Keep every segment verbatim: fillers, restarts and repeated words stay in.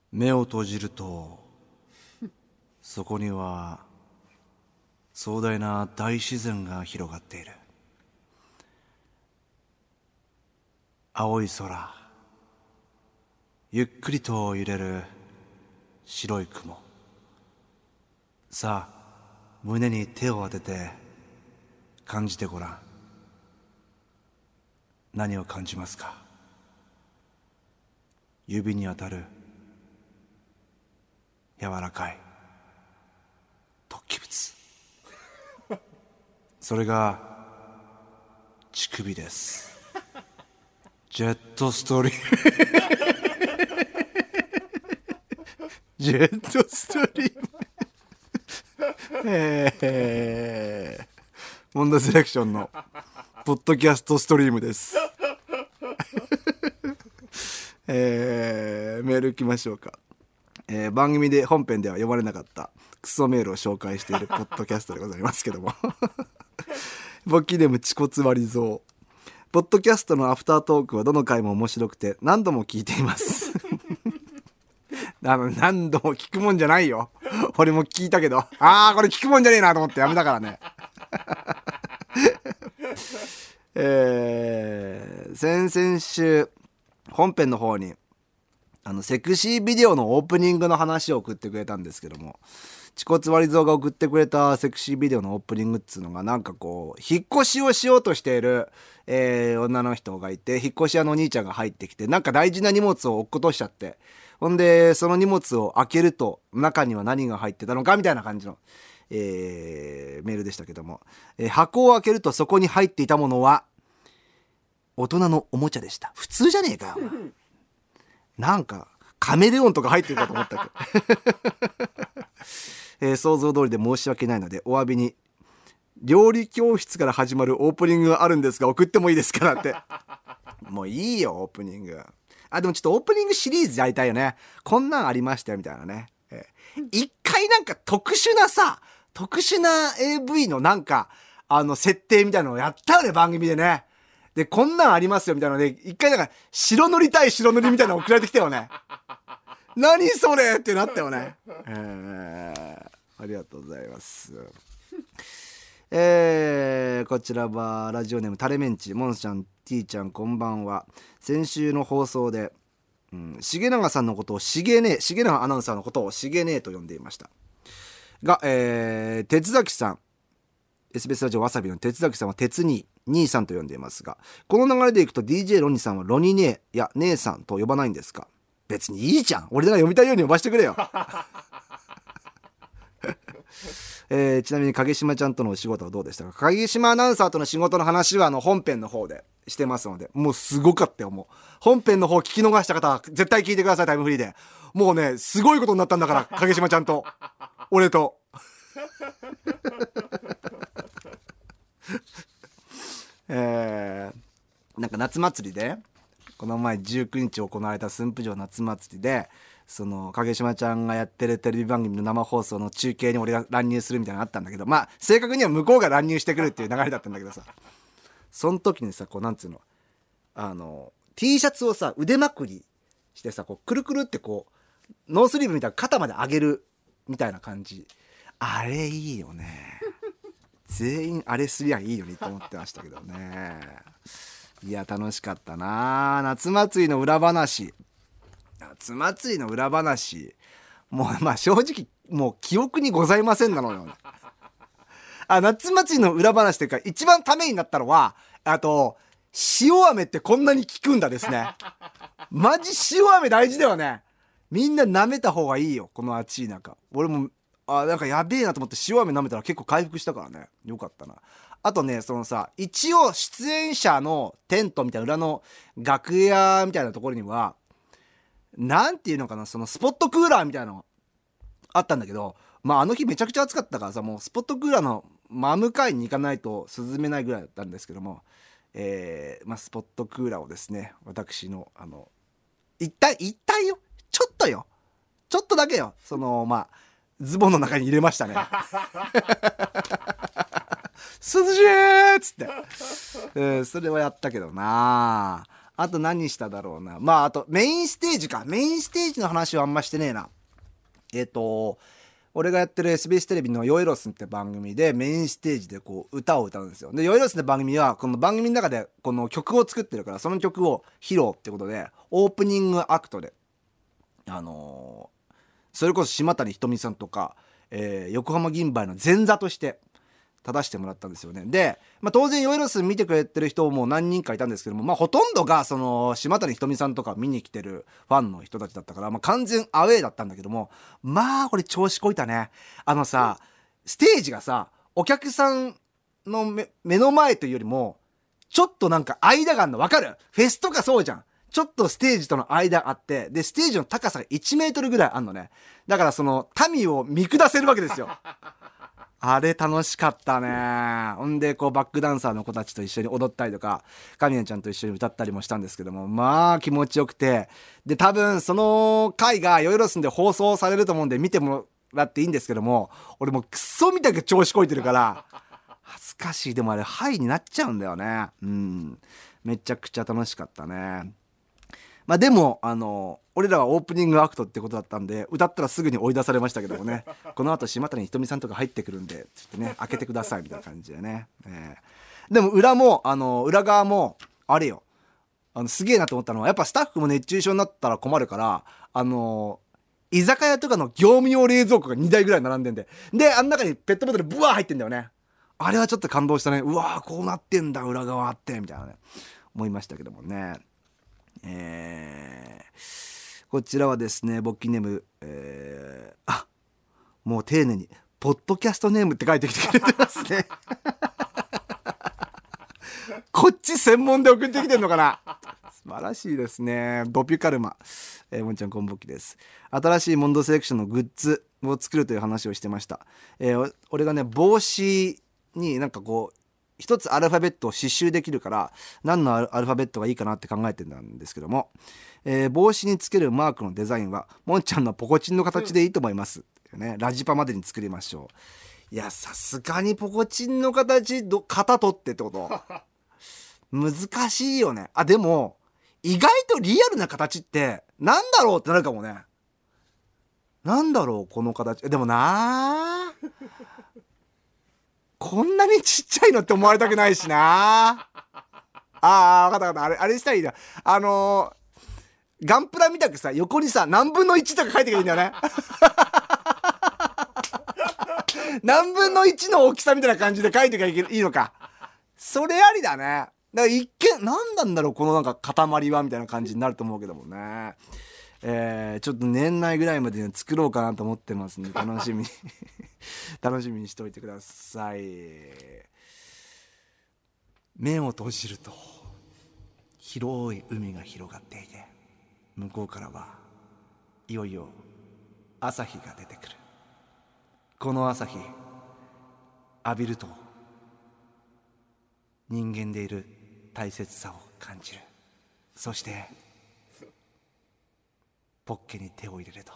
目を閉じるとそこには壮大な大自然が広がっている。青い空、ゆっくりと揺れる白い雲。さあ、胸に手を当てて感じてごらん。何を感じますか？指に当たる柔らかい突起物、それが乳首です。ジェットストリームジェットストリームえー、モンドセレクションのポッドキャストストリームですえー、メール来ましょうか。えー、番組で本編では読まれなかったクソメールを紹介しているポッドキャストでございますけどもボッキーネーム恥骨割り蔵。ポッドキャストのアフタートークはどの回も面白くて何度も聞いていますあの何度も聞くもんじゃないよ。俺も聞いたけど、あーこれ聞くもんじゃねえなと思ってやめたからねえー、先々週本編の方にあのセクシービデオのオープニングの話を送ってくれたんですけども、恥骨割り蔵が送ってくれたセクシービデオのオープニングっつうのがなんかこう引っ越しをしようとしている、えー、女の人がいて、引っ越し屋のお兄ちゃんが入ってきてなんか大事な荷物を落っことしちゃって、ほんでその荷物を開けると中には何が入ってたのかみたいな感じの、えー、メールでしたけども、えー、箱を開けるとそこに入っていたものは大人のおもちゃでした。普通じゃねえかよなんかカメレオンとか入ってるかと思ったけど、えー、想像通りで申し訳ないのでお詫びに料理教室から始まるオープニングがあるんですが送ってもいいですかってもういいよオープニング。あでもちょっとオープニングシリーズやりたいよね。こんなんありましたよみたいなね、えー、一回なんか特殊なさ特殊な エーブイ のなんかあの設定みたいなのをやったよね番組でね。でこんなんありますよみたいなので一回なんか白塗り対白塗りみたいなの送られてきたよね何それってなったよね、えー、ありがとうございます。えー、こちらはラジオネームタレメンチ。モンスちゃん T ちゃんこんばんは。先週の放送で、うん、重永さんのことをしげねえ重永アナウンサーのことをしげねえと呼んでいましたが、えー、鉄崎さん エスビーエス ラジオわさびの鉄崎さんは鉄兄兄さんと呼んでいますが、この流れでいくと ディージェー ロニさんはロニ姉や姉さんと呼ばないんですか？別にいいじゃん、俺が読みたいように呼ばしてくれよえー、ちなみに影島ちゃんとのお仕事はどうでしたか？影島アナウンサーとの仕事の話はあの本編の方でしてますので、もうすごかったよ。もう本編の方聞き逃した方は絶対聞いてください。タイムフリーでもうねすごいことになったんだから影島ちゃんと俺とえー、なんか夏祭りでこの前じゅうくにち行われた駿府城夏祭りでその影島ちゃんがやってるテレビ番組の生放送の中継に俺が乱入するみたいなのあったんだけど、まあ正確には向こうが乱入してくるっていう流れだったんだけどさ、その時にさこうなんつうのあの T シャツをさ腕まくりしてさこうくるくるってこうノースリーブみたいな肩まで上げるみたいな感じ、あれいいよね全員あれすりゃいいよねと思ってましたけどね。いや楽しかったな。夏祭りの裏話夏祭りの裏話もうまあ正直もう記憶にございませんなのよあ夏祭りの裏話というか一番ためになったのはあと塩飴ってこんなに効くんだですねマジ塩飴大事だよね。みんな舐めた方がいいよこの暑い中。俺もあなんかやべえなと思って塩飴舐めたら結構回復したからねよかったな。あとねそのさ一応出演者のテントみたいな裏の楽屋みたいなところにはなんていうのかなそのスポットクーラーみたいなのあったんだけど、まああの日めちゃくちゃ暑かったからさもうスポットクーラーの真向かいに行かないと涼めないぐらいだったんですけども、えーまあ、スポットクーラーをですね私のあの一体一体よちょっとよちょっとだけよそのまあズボンの中に入れましたね涼しいっつって、えー、それはやったけどな。 あと何しただろうな。まああとメインステージか。メインステージの話はあんましてねえな。えっと俺がやってる エスビーエス テレビのヨエロスって番組でメインステージでこう歌を歌うんですよ。でヨエロスって番組はこの番組の中でこの曲を作ってるから、その曲を披露ってことでオープニングアクトであのー、それこそ島谷ひとみさんとか、えー、横浜銀杯の前座として立たせてもらったんですよね。で、まあ、当然ヨエロス見てくれてる人も何人かいたんですけども、まあ、ほとんどがその島谷ひとみさんとか見に来てるファンの人たちだったから、まあ、完全アウェーだったんだけども、まあこれ調子こいたね。あのさステージがさお客さんの 目, 目の前というよりもちょっとなんか間があるの分かる？フェスとかそうじゃん。ちょっとステージとの間あって、でステージの高さがいちメートルぐらいあんのね。だからその民を見下せるわけですよ。あれ楽しかったね。ほんでこうバックダンサーの子たちと一緒に踊ったりとか、カミヤちゃんと一緒に歌ったりもしたんですけども、まあ気持ちよくて、で多分その回がヨイロスンで放送されると思うんで見てもらっていいんですけども、俺もうクソみたく調子こいてるから恥ずかしい。でもあれハイになっちゃうんだよね。うん、めちゃくちゃ楽しかったね。まあでもあの俺らはオープニングアクトってことだったんで、歌ったらすぐに追い出されましたけどもねこの後島谷ひとみさんとか入ってくるんでちょっとね開けてくださいみたいな感じでね、えー、でも裏もあの裏側もあれよ、あのすげえなと思ったのはやっぱスタッフも熱中症になったら困るから、あの居酒屋とかの業務用冷蔵庫がにだいぐらい並んでんで、であん中にペットボトルブワー入ってんだよね。あれはちょっと感動したね。うわーこうなってんだ裏側ってみたいなね思いましたけどもね。えー、こちらはですねボッキーネーム、えー、あもう丁寧にポッドキャストネームって書いてきてくれてますねこっち専門で送ってきてんのかな。素晴らしいですね。ドピュカルマ、えー、もんちゃんこんぼきです。新しいモンドセレクションのグッズを作るという話をしてました。えー、俺がね帽子になんかこう一つアルファベットを刺繍できるから何のアルファベットがいいかなって考えてたんですけども、えー、帽子につけるマークのデザインはもんちゃんのポコチンの形でいいと思います、ね、ラジパまでに作りましょう。いやさすがにポコチンの形ど型取ってってこと難しいよね。あでも意外とリアルな形ってなんだろうってなるかもね。なんだろうこの形。でもなこんなにちっちゃいのって思われたくないしなあー分かった分かった。あれあれしたらいいな。あのー、ガンプラみたくさ横にさ何分のいちとか書いてくれるんだよね何分のいちの大きさみたいな感じで書いてきゃいいのか。それありだね。だから一見何なんだろうこのなんか塊はみたいな感じになると思うけどもね。えー、ちょっと年内ぐらいまで、ね、作ろうかなと思ってますんで楽しみに楽しみにしておいてください。目を閉じると広い海が広がっていて、向こうからはいよいよ朝日が出てくる。この朝日浴びると人間でいる大切さを感じる。そしてポッケに手を入れると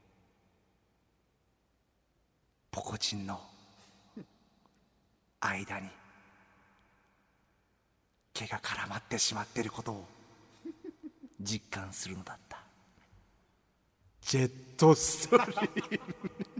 ポコチンの間に毛が絡まってしまっていることを実感するのだった。ジェットストリーム